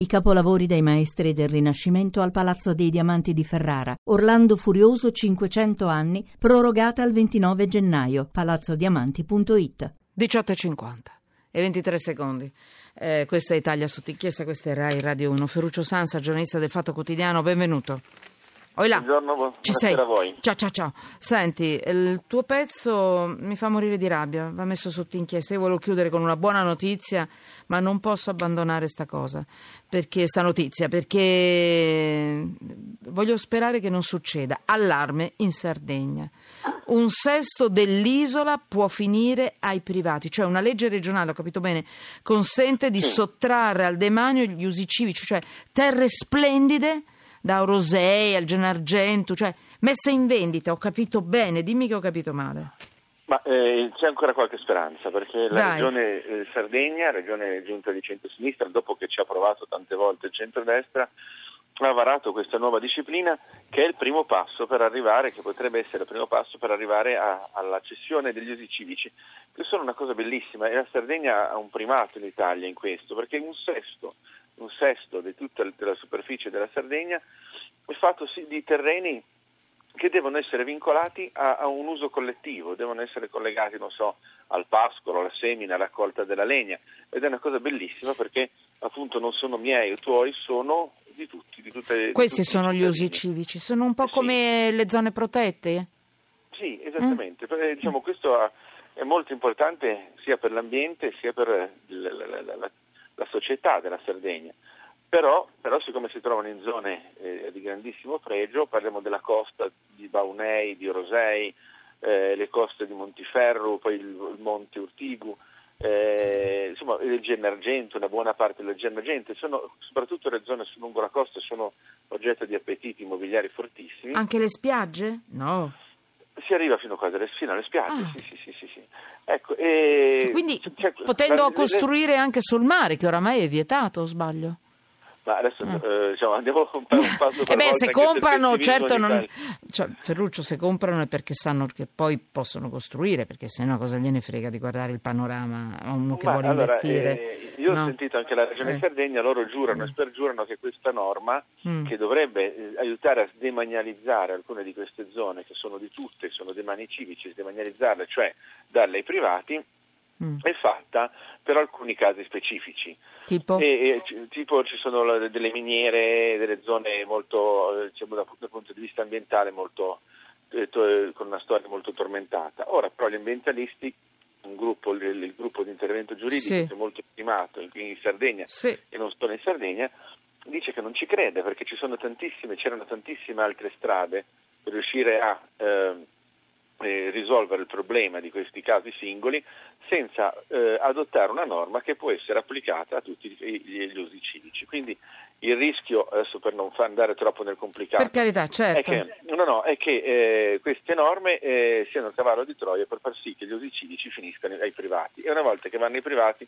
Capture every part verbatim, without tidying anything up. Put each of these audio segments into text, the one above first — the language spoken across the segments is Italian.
I capolavori dei maestri del Rinascimento al Palazzo dei Diamanti di Ferrara. Orlando Furioso cinquecento anni, prorogata al ventinove gennaio. palazzodiamanti punto it. diciotto e cinquanta e ventitré secondi. Eh, questa è Italia sotto inchiesta, questa è Rai Radio uno. Ferruccio Sansa, giornalista del Fatto Quotidiano, benvenuto. Oilà. Buongiorno, ci sei? a voi. Ciao, ciao, ciao. Senti, il tuo pezzo mi fa morire di rabbia, va messo sotto inchiesta. Io volevo chiudere con una buona notizia, ma non posso abbandonare sta cosa, perché sta notizia, perché voglio sperare che non succeda. Allarme in Sardegna. Un sesto dell'isola può finire ai privati, cioè una legge regionale, ho capito bene, consente di sottrarre al demanio gli usi civici, cioè terre splendide, da Orosei al Gennargentu, cioè messe in vendita. Ho capito bene, dimmi che ho capito male. Ma eh, c'è ancora qualche speranza, perché la Dai. regione eh, Sardegna, regione giunta di centrosinistra, dopo che ci ha provato tante volte il centrodestra, ha varato questa nuova disciplina che è il primo passo per arrivare, che potrebbe essere il primo passo per arrivare a, alla cessione degli usi civici, che sono una cosa bellissima, e la Sardegna ha un primato in Italia in questo, perché un sesto un sesto di tutta la superficie della Sardegna è fatto sì di terreni che devono essere vincolati a, a un uso collettivo, devono essere collegati, non so, al pascolo, alla semina, alla raccolta della legna, ed è una cosa bellissima perché appunto non sono miei o tuoi, sono di tutti. Di tutte, Questi di tutti sono i gli usi cittadini. civici, sono un po' Eh sì. come le zone protette? Sì, esattamente. Mm. Eh, diciamo, questo è molto importante sia per l'ambiente sia per la, la, la, la la società della Sardegna, però, però siccome si trovano in zone eh, di grandissimo pregio, parliamo della costa di Baunei, di Orosei, eh, le coste di Montiferru, poi il, il Monte Urtigu, eh, insomma il Gennargentu, una buona parte del Gennargentu, sono, soprattutto le zone lungo la costa sono oggetto di appetiti immobiliari fortissimi. Anche le spiagge? No. Si arriva fino, quasi alle, fino alle spiagge, Ah. sì, sì, sì, sì, sì. Ecco, e Quindi cioè, potendo la, costruire le... anche sul mare, che oramai è vietato, o sbaglio? Ma adesso Ah. eh, diciamo, andiamo un, pa- un passo per eh beh, volta. se comprano, Se certo non... Cioè, Ferruccio, se comprano è perché sanno che poi possono costruire, perché se no cosa gliene frega di guardare il panorama a uno che Ma, vuole allora, investire? Eh, io no? ho sentito anche la Regione eh. Sardegna, loro giurano mm. e spergiurano che questa norma, mm. che dovrebbe eh, aiutare a sdemanializzare alcune di queste zone, che sono di tutte, sono demani civici, sdemanializzarle, cioè darle ai privati, Mm. è fatta per alcuni casi specifici. Tipo? E, e, tipo ci sono delle miniere, delle zone molto, diciamo, dal punto di vista ambientale molto, eh, to, con una storia molto tormentata. Ora però gli ambientalisti, un gruppo, il, il gruppo di intervento giuridico sì. che è molto stimato in, in Sardegna sì. e non solo in Sardegna, dice che non ci crede perché ci sono tantissime, c'erano tantissime altre strade per riuscire a eh, Eh, risolvere il problema di questi casi singoli senza eh, adottare una norma che può essere applicata a tutti gli, gli usi civici. Quindi il rischio, adesso per non far andare troppo nel complicato, per carità, certo. è che, no, no, è che eh, queste norme eh, siano il cavallo di Troia per far sì che gli usi civici finiscano ai privati, e una volta che vanno ai privati,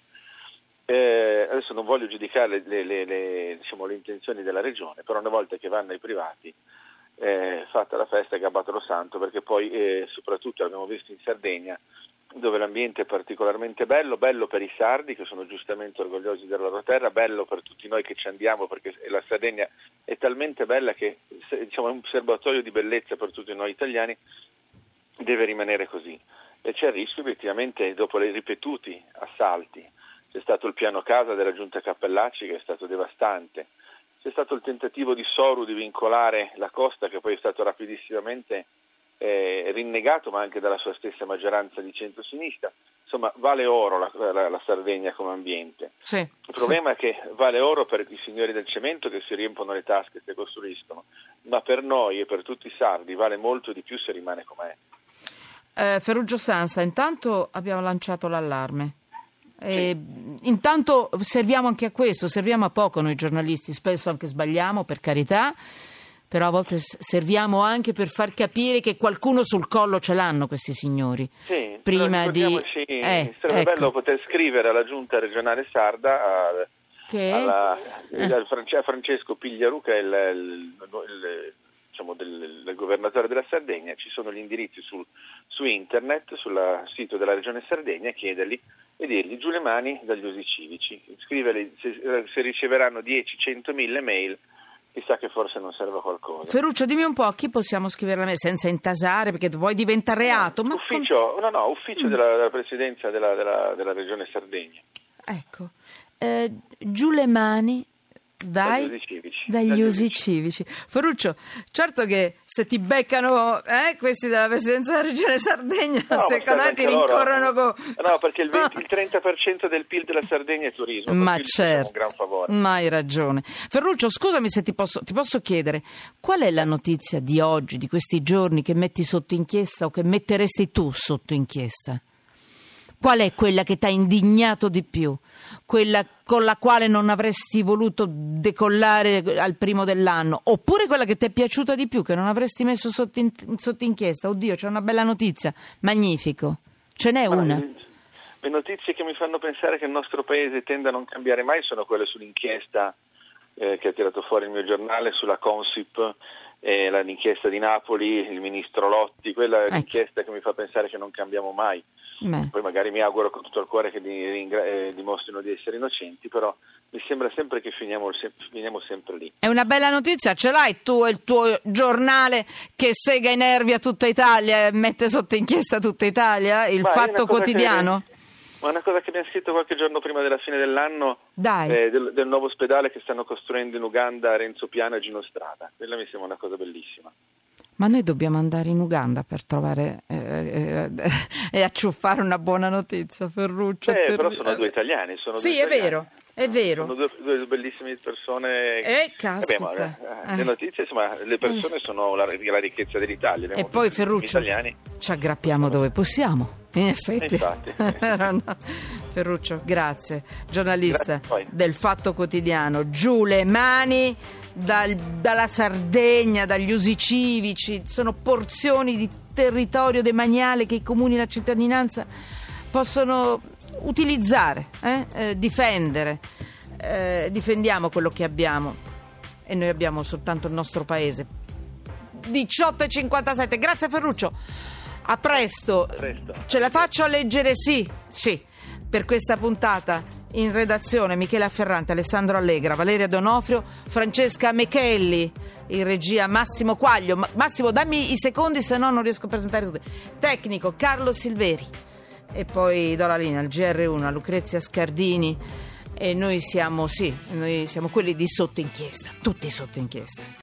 eh, adesso non voglio giudicare le, le, le, diciamo, le intenzioni della regione, però una volta che vanno ai privati, Eh, fatta la festa, gabbato lo santo, perché poi eh, soprattutto l'abbiamo visto in Sardegna, dove l'ambiente è particolarmente bello, bello per i sardi che sono giustamente orgogliosi della loro terra, bello per tutti noi che ci andiamo, perché la Sardegna è talmente bella che, diciamo, è un serbatoio di bellezza per tutti noi italiani, deve rimanere così. E c'è il rischio effettivamente, dopo i ripetuti assalti, c'è stato il piano casa della giunta Cappellacci che è stato devastante. C'è stato il tentativo di Soru di vincolare la costa, che poi è stato rapidissimamente eh, rinnegato, ma anche dalla sua stessa maggioranza di centrosinistra. Insomma, vale oro la, la, la Sardegna come ambiente. Sì, il problema sì. è che vale oro per i signori del cemento che si riempono le tasche se costruiscono, ma per noi e per tutti i sardi vale molto di più se rimane com'è. Eh, Ferruccio Sansa, intanto abbiamo lanciato l'allarme. E intanto serviamo anche a questo, serviamo a poco noi giornalisti, spesso anche sbagliamo, per carità, però a volte serviamo anche per far capire che qualcuno sul collo ce l'hanno questi signori. Sì, prima di eh, sarebbe ecco. bello poter scrivere alla giunta regionale sarda a, che? alla, eh. a Francesco Pigliaru, che è il, il, il diciamo, del, del governatore della Sardegna, ci sono gli indirizzi sul, su internet, sul sito della Regione Sardegna, chiedergli e dirgli giù le mani dagli usi civici, scriverli se, se riceveranno dieci, cento, mille mail, chissà che forse non serve a qualcosa. Ferruccio, dimmi un po' a chi possiamo scrivere la mail senza intasare, perché poi diventa reato. No, ma ufficio, com... no, no, ufficio mm. della, della presidenza della, della, della Regione Sardegna. Ecco, eh, giù le mani dai, dagli usi civici. Dagli dagli usi usi civici. Ferruccio, certo che se ti beccano eh, questi della presidenza della Regione Sardegna, no, secondo me ti rincorrono con... No, perché il, venti, il trenta per cento del P I L della Sardegna è turismo. Ma certo, un gran favore. Ma hai ragione. Ferruccio, scusami se ti posso, ti posso chiedere, qual è la notizia di oggi, di questi giorni, che metti sotto inchiesta o che metteresti tu sotto inchiesta? Qual è quella che ti ha indignato di più? Quella con la quale non avresti voluto decollare al primo dell'anno? Oppure quella che ti è piaciuta di più, che non avresti messo sotto, in, sotto inchiesta? Oddio, c'è una bella notizia. Magnifico. Ce n'è Ma una. Le, le notizie che mi fanno pensare che il nostro paese tende a non cambiare mai sono quelle sull'inchiesta eh, che ha tirato fuori il mio giornale sulla Consip, eh, l'inchiesta di Napoli, il ministro Lotti. Quella è ecco. L'inchiesta che mi fa pensare che non cambiamo mai. Beh. Poi magari mi auguro con tutto il cuore che di, eh, dimostrino di essere innocenti, però mi sembra sempre che finiamo, se, finiamo sempre lì. È una bella notizia, ce l'hai tu e il tuo giornale che sega i nervi a tutta Italia e mette sotto inchiesta tutta Italia, il Ma Fatto Quotidiano? Che, ma è una cosa che abbiamo scritto qualche giorno prima della fine dell'anno, Dai. Eh, del, del nuovo ospedale che stanno costruendo in Uganda a Renzo Piano e Gino Strada. Quella mi sembra una cosa bellissima. Ma noi dobbiamo andare in Uganda per trovare eh, eh, eh, e acciuffare una buona notizia, Ferruccio. Eh, per... però sono due italiani. Sono sì, due è italiani. vero, è vero. Sono due, due bellissime persone. Eh, caspita. Vabbè, ma, eh, le notizie, insomma, le persone sono la, la ricchezza dell'Italia. E poi, Ferruccio, italiani. ci aggrappiamo dove possiamo. In effetti. Infatti. no. Ferruccio, grazie. Giornalista grazie, del Fatto Quotidiano. Giù le mani dal, dalla Sardegna, dagli usi civici. Sono porzioni di territorio demaniale che i comuni e la cittadinanza possono utilizzare, eh? Eh, difendere. Eh, difendiamo quello che abbiamo. E noi abbiamo soltanto il nostro paese. diciotto e cinquantasette. Grazie, Ferruccio. A presto. presto. Ce la faccio a leggere? Sì, sì. Per questa puntata in redazione Michela Ferrante, Alessandro Allegra, Valeria Donofrio, Francesca Mechelli, in regia Massimo Quaglio. Ma, Massimo, dammi i secondi, se no non riesco a presentare tutti. Tecnico Carlo Silveri. E poi do la linea al G R uno a Lucrezia Scardini. E noi siamo, sì, noi siamo quelli di sotto inchiesta, tutti sotto inchiesta.